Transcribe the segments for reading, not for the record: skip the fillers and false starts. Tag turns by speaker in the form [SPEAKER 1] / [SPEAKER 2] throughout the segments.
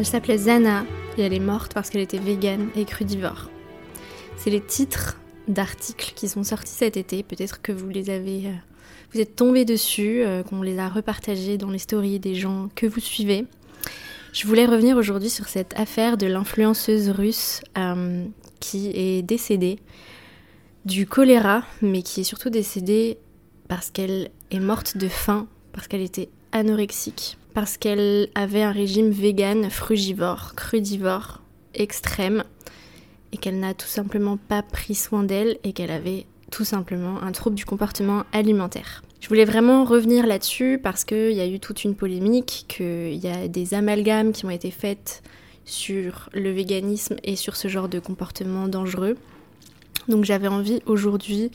[SPEAKER 1] Elle s'appelait Zana et elle est morte parce qu'elle était végane et crudivore. C'est les titres d'articles qui sont sortis cet été. Peut-être que vous êtes tombés dessus, qu'on les a repartagés dans les stories des gens que vous suivez. Je voulais revenir aujourd'hui sur cette affaire de l'influenceuse russe qui est décédée du choléra, mais qui est surtout décédée parce qu'elle est morte de faim, parce qu'elle était anorexique, parce qu'elle avait un régime vegan, frugivore, crudivore, extrême, et qu'elle n'a tout simplement pas pris soin d'elle et qu'elle avait tout simplement un trouble du comportement alimentaire. Je voulais vraiment revenir là-dessus parce qu'il y a eu toute une polémique, qu'il y a des amalgames qui ont été faites sur le véganisme et sur ce genre de comportement dangereux. Donc j'avais envie aujourd'hui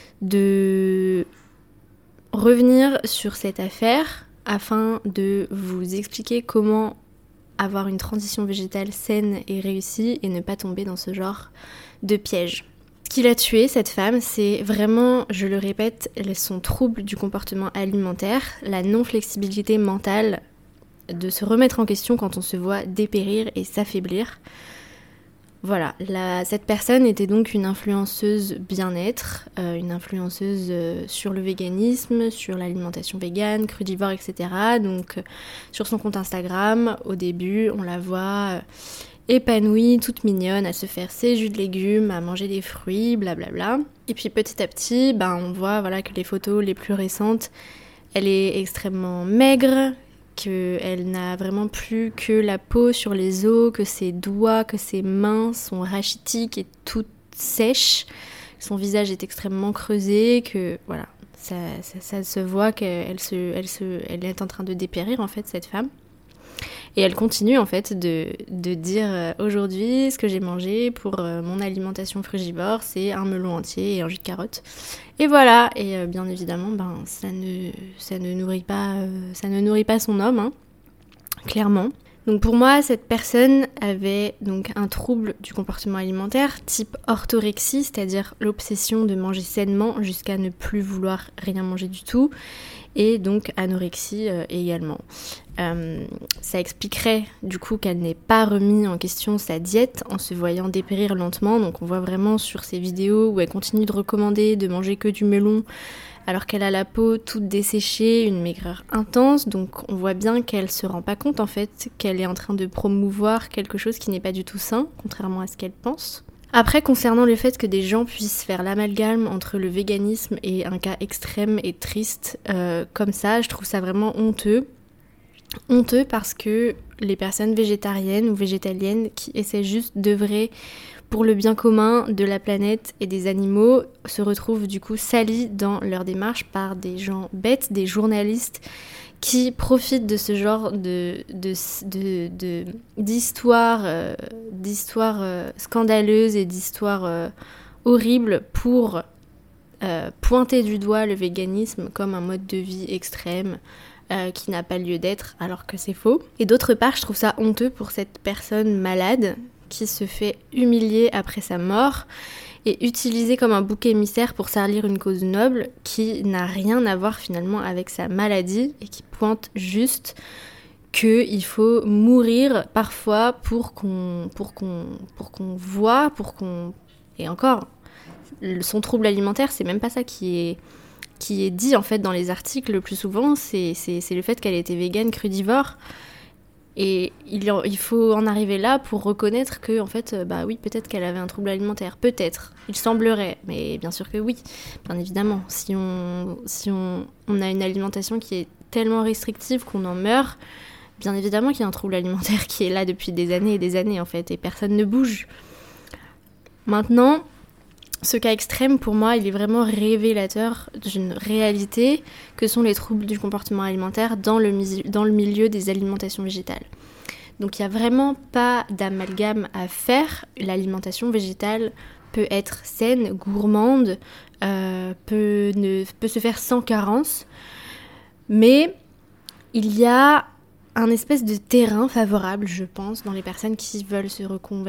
[SPEAKER 1] de revenir sur cette affaire afin de vous expliquer comment avoir une transition végétale saine et réussie et ne pas tomber dans ce genre de piège. Ce qui l'a tuée, cette femme, c'est vraiment, je le répète, son trouble du comportement alimentaire, la non-flexibilité mentale de se remettre en question quand on se voit dépérir et s'affaiblir. Voilà, cette personne était donc une influenceuse bien-être, une influenceuse sur le véganisme, sur l'alimentation végane, crudivore, etc. Donc sur son compte Instagram, au début, on la voit épanouie, toute mignonne, à se faire ses jus de légumes, à manger des fruits, blablabla. Et puis petit à petit, on voit que les photos les plus récentes, elle est extrêmement maigre, qu'elle n'a vraiment plus que la peau sur les os, que ses doigts, que ses mains sont rachitiques et toutes sèches, son visage est extrêmement creusé, que voilà, ça se voit qu'elle est en train de dépérir en fait, cette femme. Et elle continue en fait de dire aujourd'hui ce que j'ai mangé pour mon alimentation frugivore, c'est un melon entier et un jus de carotte. Et voilà, et bien évidemment, ça ne nourrit pas son homme, hein, clairement. Donc pour moi, cette personne avait donc un trouble du comportement alimentaire type orthorexie, c'est-à-dire l'obsession de manger sainement jusqu'à ne plus vouloir rien manger du tout, et donc anorexie également. Ça expliquerait du coup qu'elle n'ait pas remis en question sa diète en se voyant dépérir lentement. Donc on voit vraiment sur ses vidéos où elle continue de recommander de manger que du melon alors qu'elle a la peau toute desséchée, une maigreur intense. Donc on voit bien qu'elle se rend pas compte en fait qu'elle est en train de promouvoir quelque chose qui n'est pas du tout sain, contrairement à ce qu'elle pense. Après, concernant le fait que des gens puissent faire l'amalgame entre le véganisme et un cas extrême et triste comme ça, je trouve ça vraiment honteux. Honteux parce que les personnes végétariennes ou végétaliennes qui essaient juste d'œuvrer pour le bien commun de la planète et des animaux se retrouvent du coup salis dans leur démarche par des gens bêtes, des journalistes qui profitent de ce genre d'histoires scandaleuses et d'histoires horribles pour pointer du doigt le véganisme comme un mode de vie extrême qui n'a pas lieu d'être alors que c'est faux. Et d'autre part, je trouve ça honteux pour cette personne malade qui se fait humilier après sa mort et utilisée comme un bouc émissaire pour salir une cause noble qui n'a rien à voir finalement avec sa maladie et qui pointe juste qu'il faut mourir parfois pour qu'on voit, Et encore, son trouble alimentaire, c'est même pas ça qui est dit en fait dans les articles le plus souvent, c'est le fait qu'elle était végane, crudivore. Et il faut en arriver là pour reconnaître que, en fait, oui, peut-être qu'elle avait un trouble alimentaire. Peut-être. Il semblerait. Mais bien sûr que oui. Bien évidemment. Si on a une alimentation qui est tellement restrictive qu'on en meurt, bien évidemment qu'il y a un trouble alimentaire qui est là depuis des années et des années, en fait. Et personne ne bouge. Maintenant, ce cas extrême, pour moi, il est vraiment révélateur d'une réalité que sont les troubles du comportement alimentaire dans le milieu des alimentations végétales. Donc il n'y a vraiment pas d'amalgame à faire. L'alimentation végétale peut être saine, gourmande, peut se faire sans carence, mais il y a un espèce de terrain favorable, je pense, dans les personnes qui veulent se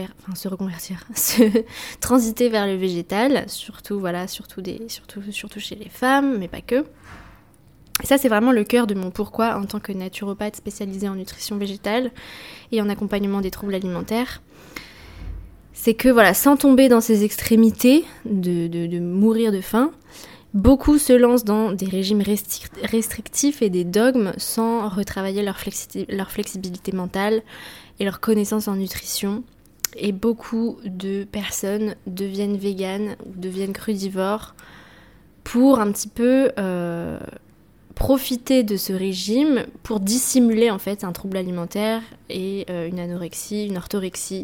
[SPEAKER 1] transiter vers le végétal, surtout chez les femmes, mais pas que. Ça, c'est vraiment le cœur de mon pourquoi en tant que naturopathe spécialisée en nutrition végétale et en accompagnement des troubles alimentaires. C'est que voilà, sans tomber dans ces extrémités de mourir de faim, beaucoup se lancent dans des régimes restrictifs et des dogmes sans retravailler leur flexibilité mentale et leur connaissance en nutrition. Et beaucoup de personnes deviennent véganes ou deviennent crudivores pour un petit peu profiter de ce régime pour dissimuler en fait un trouble alimentaire et une anorexie, une orthorexie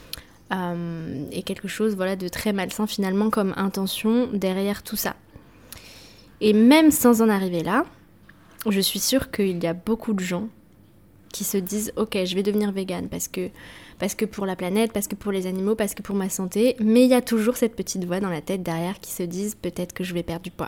[SPEAKER 1] et quelque chose de très malsain finalement comme intention derrière tout ça. Et même sans en arriver là, je suis sûre qu'il y a beaucoup de gens qui se disent « Ok, je vais devenir végane parce que pour la planète, parce que pour les animaux, parce que pour ma santé », mais il y a toujours cette petite voix dans la tête derrière qui se disent « Peut-être que je vais perdre du poids ».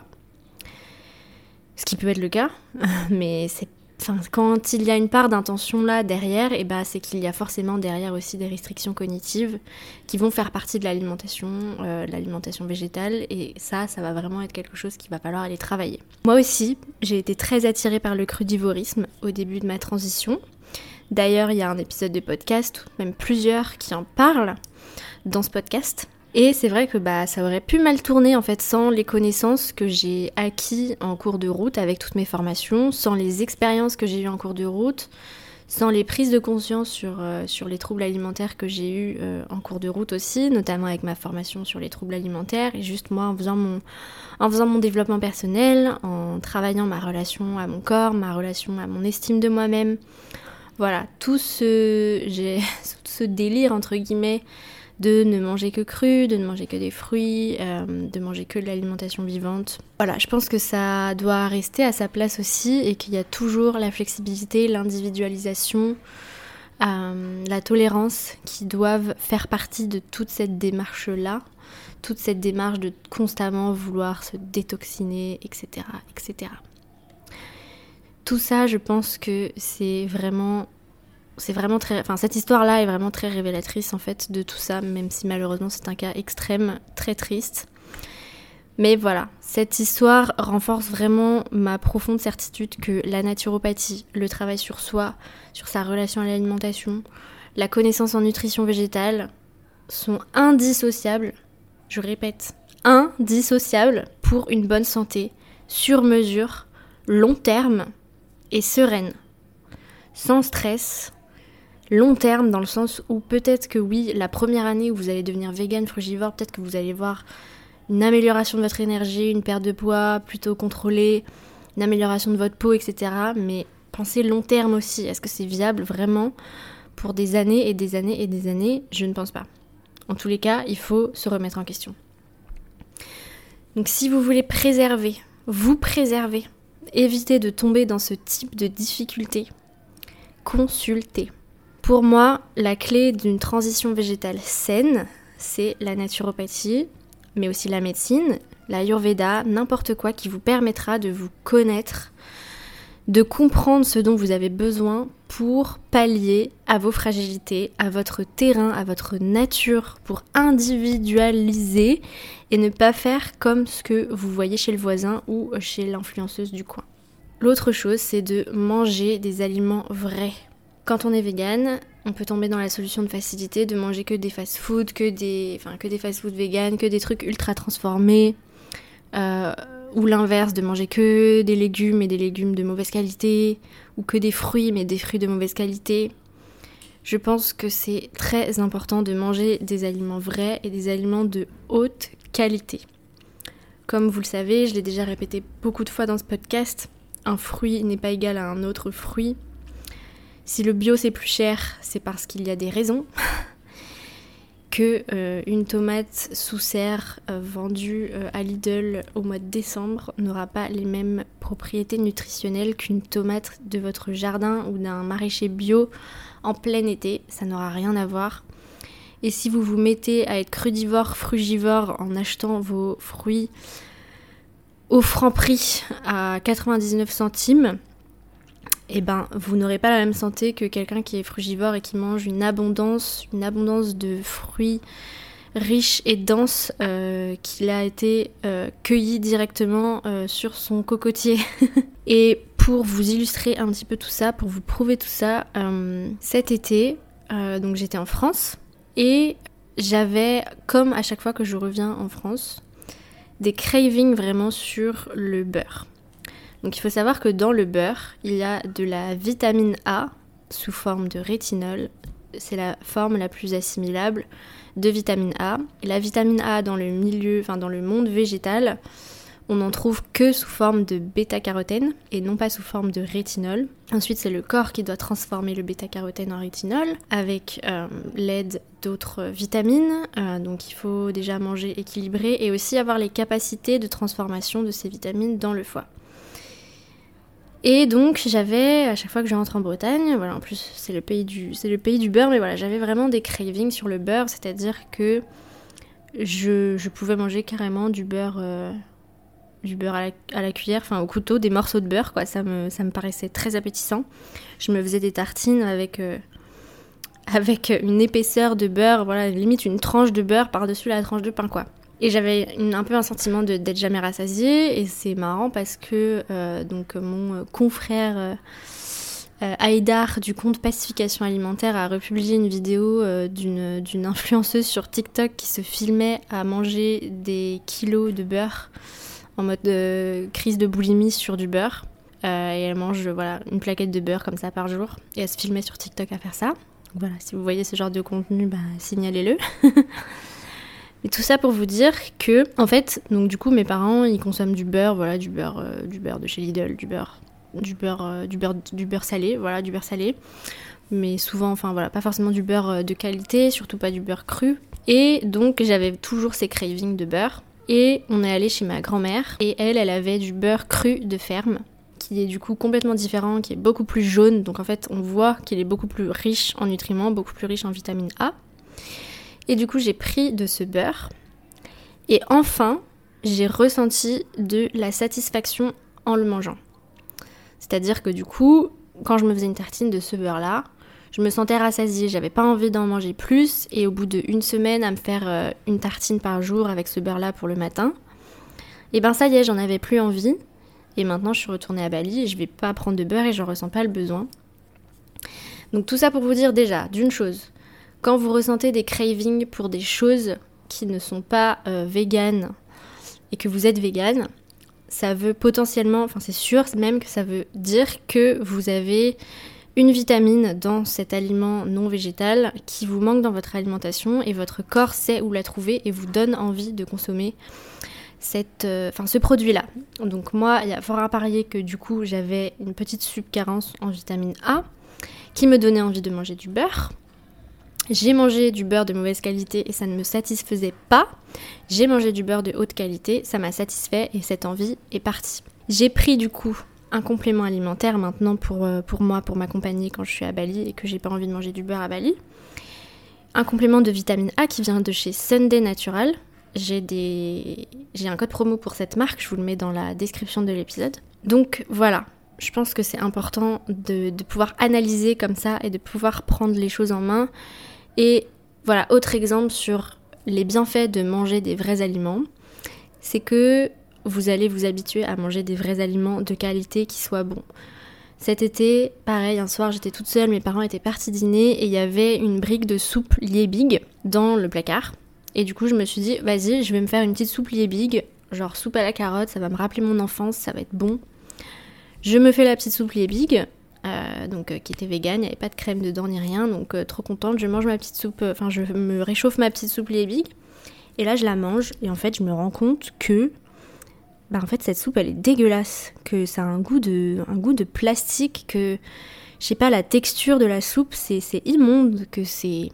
[SPEAKER 1] Ce qui peut être le cas, mais quand il y a une part d'intention là derrière, c'est qu'il y a forcément derrière aussi des restrictions cognitives qui vont faire partie de l'alimentation végétale, et ça va vraiment être quelque chose qu'il va falloir aller travailler. Moi aussi, j'ai été très attirée par le crudivorisme au début de ma transition. D'ailleurs, il y a un épisode de podcast, même plusieurs, qui en parlent dans ce podcast. Et c'est vrai que ça aurait pu mal tourner en fait sans les connaissances que j'ai acquis en cours de route avec toutes mes formations, sans les expériences que j'ai eues en cours de route, sans les prises de conscience sur les troubles alimentaires que j'ai eues en cours de route aussi, notamment avec ma formation sur les troubles alimentaires et juste moi en faisant mon développement personnel, en travaillant ma relation à mon corps, ma relation à mon estime de moi-même. Voilà, tout ce délire entre guillemets de ne manger que cru, de ne manger que des fruits, de manger que de l'alimentation vivante. Voilà, je pense que ça doit rester à sa place aussi et qu'il y a toujours la flexibilité, l'individualisation, la tolérance qui doivent faire partie de toute cette démarche-là, toute cette démarche de constamment vouloir se détoxiner, etc., etc. Tout ça, je pense que c'est vraiment cette histoire-là est vraiment très révélatrice en fait de tout ça, même si malheureusement c'est un cas extrême, très triste. Mais voilà, cette histoire renforce vraiment ma profonde certitude que la naturopathie, le travail sur soi, sur sa relation à l'alimentation, la connaissance en nutrition végétale sont indissociables, je répète, indissociables pour une bonne santé, sur mesure, long terme et sereine, sans stress. Long terme dans le sens où peut-être que oui, la première année où vous allez devenir vegan, frugivore, peut-être que vous allez voir une amélioration de votre énergie, une perte de poids plutôt contrôlée, une amélioration de votre peau, etc. Mais pensez long terme aussi. Est-ce que c'est viable vraiment pour des années et des années et des années ? Je ne pense pas. En tous les cas, il faut se remettre en question. Donc si vous voulez vous préserver, éviter de tomber dans ce type de difficulté, consultez. Pour moi, la clé d'une transition végétale saine, c'est la naturopathie, mais aussi la médecine, l'ayurveda, n'importe quoi qui vous permettra de vous connaître, de comprendre ce dont vous avez besoin pour pallier à vos fragilités, à votre terrain, à votre nature, pour individualiser et ne pas faire comme ce que vous voyez chez le voisin ou chez l'influenceuse du coin. L'autre chose, c'est de manger des aliments vrais. Quand on est vegan, on peut tomber dans la solution de facilité de manger que des fast-food, que des fast-food vegan, que des trucs ultra transformés, ou l'inverse, de manger que des légumes et des légumes de mauvaise qualité, ou que des fruits mais des fruits de mauvaise qualité. Je pense que c'est très important de manger des aliments vrais et des aliments de haute qualité. Comme vous le savez, je l'ai déjà répété beaucoup de fois dans ce podcast, un fruit n'est pas égal à un autre fruit. Si le bio c'est plus cher, c'est parce qu'il y a des raisons. Que une tomate sous serre vendue à Lidl au mois de décembre n'aura pas les mêmes propriétés nutritionnelles qu'une tomate de votre jardin ou d'un maraîcher bio en plein été. Ça n'aura rien à voir. Et si vous vous mettez à être crudivore, frugivore en achetant vos fruits au franc prix à 99 centimes, vous n'aurez pas la même santé que quelqu'un qui est frugivore et qui mange une abondance de fruits riche et dense qu'il a été cueilli directement sur son cocotier. Et pour vous illustrer un petit peu tout ça, pour vous prouver tout ça, cet été, donc j'étais en France et j'avais, comme à chaque fois que je reviens en France, des cravings vraiment sur le beurre. Donc il faut savoir que dans le beurre, il y a de la vitamine A sous forme de rétinol. C'est la forme la plus assimilable de vitamine A. Et la vitamine A dans le monde végétal, on n'en trouve que sous forme de bêta-carotène et non pas sous forme de rétinol. Ensuite, c'est le corps qui doit transformer le bêta-carotène en rétinol avec l'aide d'autres vitamines. Donc il faut déjà manger équilibré et aussi avoir les capacités de transformation de ces vitamines dans le foie. Et donc j'avais, à chaque fois que je rentre en Bretagne, voilà, en plus c'est le pays du beurre, mais voilà, j'avais vraiment des cravings sur le beurre, c'est-à-dire que je pouvais manger carrément du beurre à la cuillère, enfin au couteau, des morceaux de beurre, quoi. Ça me paraissait très appétissant. Je me faisais des tartines avec une épaisseur de beurre, voilà, limite une tranche de beurre par-dessus la tranche de pain, quoi. Et j'avais un peu un sentiment d'être jamais rassasiée, et c'est marrant parce que donc mon confrère Haïdar du compte Pacification Alimentaire a republié une vidéo d'une influenceuse sur TikTok qui se filmait à manger des kilos de beurre en mode crise de boulimie sur du beurre. Et elle mange une plaquette de beurre comme ça par jour. Et elle se filmait sur TikTok à faire ça. Donc voilà, si vous voyez ce genre de contenu, signalez-le. Et tout ça pour vous dire que, en fait, donc du coup, mes parents, ils consomment du beurre, voilà, du beurre de chez Lidl, du beurre salé, voilà, du beurre salé. Mais souvent, enfin voilà, pas forcément du beurre de qualité, surtout pas du beurre cru. Et donc, j'avais toujours ces cravings de beurre. Et on est allé chez ma grand-mère, et elle avait du beurre cru de ferme, qui est du coup complètement différent, qui est beaucoup plus jaune. Donc en fait, on voit qu'il est beaucoup plus riche en nutriments, beaucoup plus riche en vitamine A. Et du coup, j'ai pris de ce beurre. Et enfin, j'ai ressenti de la satisfaction en le mangeant. C'est-à-dire que du coup, quand je me faisais une tartine de ce beurre-là, je me sentais rassasiée. J'avais pas envie d'en manger plus. Et au bout d'une semaine à me faire une tartine par jour avec ce beurre-là pour le matin, et ça y est, j'en avais plus envie. Et maintenant, je suis retournée à Bali et je vais pas prendre de beurre et j'en ressens pas le besoin. Donc tout ça pour vous dire déjà, d'une chose, quand vous ressentez des cravings pour des choses qui ne sont pas véganes et que vous êtes végane, ça veut potentiellement, enfin c'est sûr même que ça veut dire que vous avez une vitamine dans cet aliment non végétal qui vous manque dans votre alimentation et votre corps sait où la trouver et vous donne envie de consommer ce produit-là. Donc moi, il y a fort à parier que du coup j'avais une petite subcarence en vitamine A qui me donnait envie de manger du beurre. J'ai mangé du beurre de mauvaise qualité et ça ne me satisfaisait pas. J'ai mangé du beurre de haute qualité, ça m'a satisfait et cette envie est partie. J'ai pris du coup un complément alimentaire maintenant pour moi, pour m'accompagner quand je suis à Bali et que j'ai pas envie de manger du beurre à Bali. Un complément de vitamine A qui vient de chez Sunday Natural. J'ai un code promo pour cette marque, je vous le mets dans la description de l'épisode. Donc voilà. Je pense que c'est important de pouvoir analyser comme ça et de pouvoir prendre les choses en main. Et voilà, autre exemple sur les bienfaits de manger des vrais aliments, c'est que vous allez vous habituer à manger des vrais aliments de qualité qui soient bons. Cet été, pareil, un soir j'étais toute seule, mes parents étaient partis dîner et il y avait une brique de soupe Liebig dans le placard. Et du coup je me suis dit, vas-y, je vais me faire une petite soupe Liebig, genre soupe à la carotte, ça va me rappeler mon enfance, ça va être bon. Je me fais la petite soupe Liebig, qui était végane, il n'y avait pas de crème dedans ni rien, donc trop contente, je mange ma petite soupe, je me réchauffe ma petite soupe Liebig, et là je la mange, et en fait je me rends compte que, en fait cette soupe elle est dégueulasse, que ça a un goût de plastique, que, je sais pas, la texture de la soupe c'est immonde, que c'est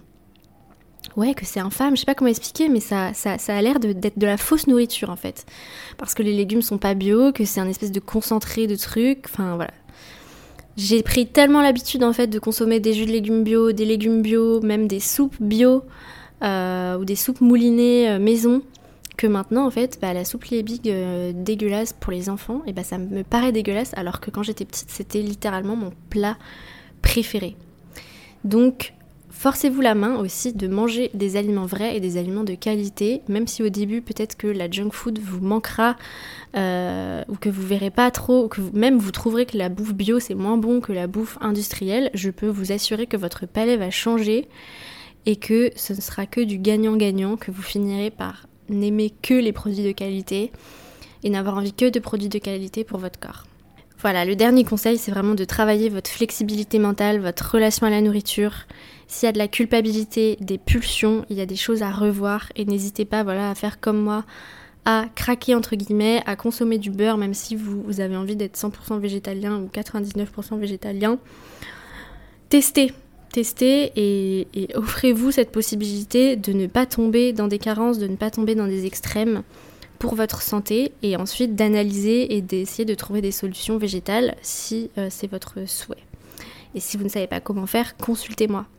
[SPEAKER 1] infâme, je sais pas comment expliquer, mais ça a l'air d'être de la fausse nourriture en fait. Parce que les légumes sont pas bio, que c'est un espèce de concentré de trucs, enfin voilà. J'ai pris tellement l'habitude en fait de consommer des jus de légumes bio, des légumes bio, même des soupes bio, ou des soupes moulinées maison, que maintenant en fait, la soupe Liebig dégueulasse pour les enfants, et ça me paraît dégueulasse, alors que quand j'étais petite, c'était littéralement mon plat préféré. Donc, Forcez-vous la main aussi de manger des aliments vrais et des aliments de qualité, même si au début peut-être que la junk food vous manquera ou que vous verrez pas trop, ou que même vous trouverez que la bouffe bio c'est moins bon que la bouffe industrielle. Je peux vous assurer que votre palais va changer et que ce ne sera que du gagnant-gagnant, que vous finirez par n'aimer que les produits de qualité et n'avoir envie que de produits de qualité pour votre corps. Voilà, le dernier conseil, c'est vraiment de travailler votre flexibilité mentale, votre relation à la nourriture. S'il y a de la culpabilité, des pulsions, il y a des choses à revoir et n'hésitez pas à faire comme moi, à craquer entre guillemets, à consommer du beurre même si vous avez envie d'être 100% végétalien ou 99% végétalien. Testez et offrez-vous cette possibilité de ne pas tomber dans des carences, de ne pas tomber dans des extrêmes pour votre santé et ensuite d'analyser et d'essayer de trouver des solutions végétales si c'est votre souhait. Et si vous ne savez pas comment faire, consultez-moi.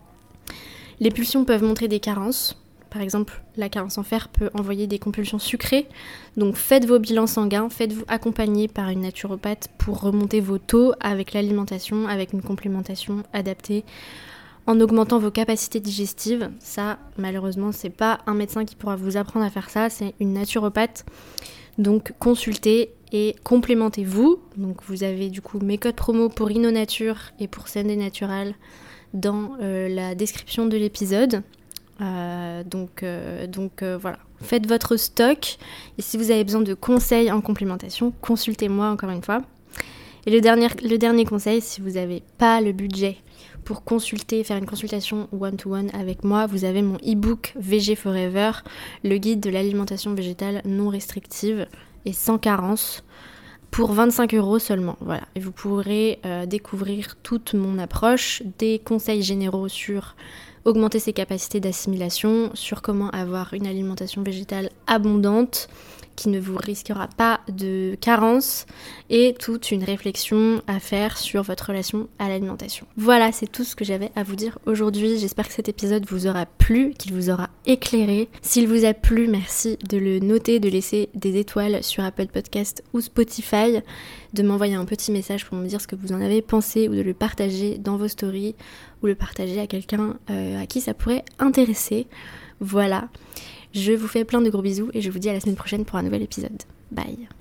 [SPEAKER 1] Les pulsions peuvent montrer des carences. Par exemple, la carence en fer peut envoyer des compulsions sucrées. Donc faites vos bilans sanguins, faites-vous accompagner par une naturopathe pour remonter vos taux avec l'alimentation, avec une complémentation adaptée, en augmentant vos capacités digestives. Ça, malheureusement, c'est pas un médecin qui pourra vous apprendre à faire ça, c'est une naturopathe. Donc consultez et complémentez-vous. Donc vous avez du coup mes codes promo pour InnoNature et pour Sunday Natural dans la description de l'épisode. Donc voilà, faites votre stock et si vous avez besoin de conseils en complémentation, consultez-moi encore une fois. Et le dernier conseil, si vous n'avez pas le budget pour faire une consultation one-to-one avec moi, vous avez mon e-book VG Forever, le guide de l'alimentation végétale non restrictive et sans carence, pour 25 € seulement. Voilà. Et vous pourrez découvrir toute mon approche, des conseils généraux sur augmenter ses capacités d'assimilation, sur comment avoir une alimentation végétale abondante, qui ne vous risquera pas de carence et toute une réflexion à faire sur votre relation à l'alimentation. Voilà, c'est tout ce que j'avais à vous dire aujourd'hui. J'espère que cet épisode vous aura plu, qu'il vous aura éclairé. S'il vous a plu, merci de le noter, de laisser des étoiles sur Apple Podcast ou Spotify, de m'envoyer un petit message pour me dire ce que vous en avez pensé ou de le partager dans vos stories ou le partager à quelqu'un à qui ça pourrait intéresser. Voilà. Je vous fais plein de gros bisous et je vous dis à la semaine prochaine pour un nouvel épisode. Bye.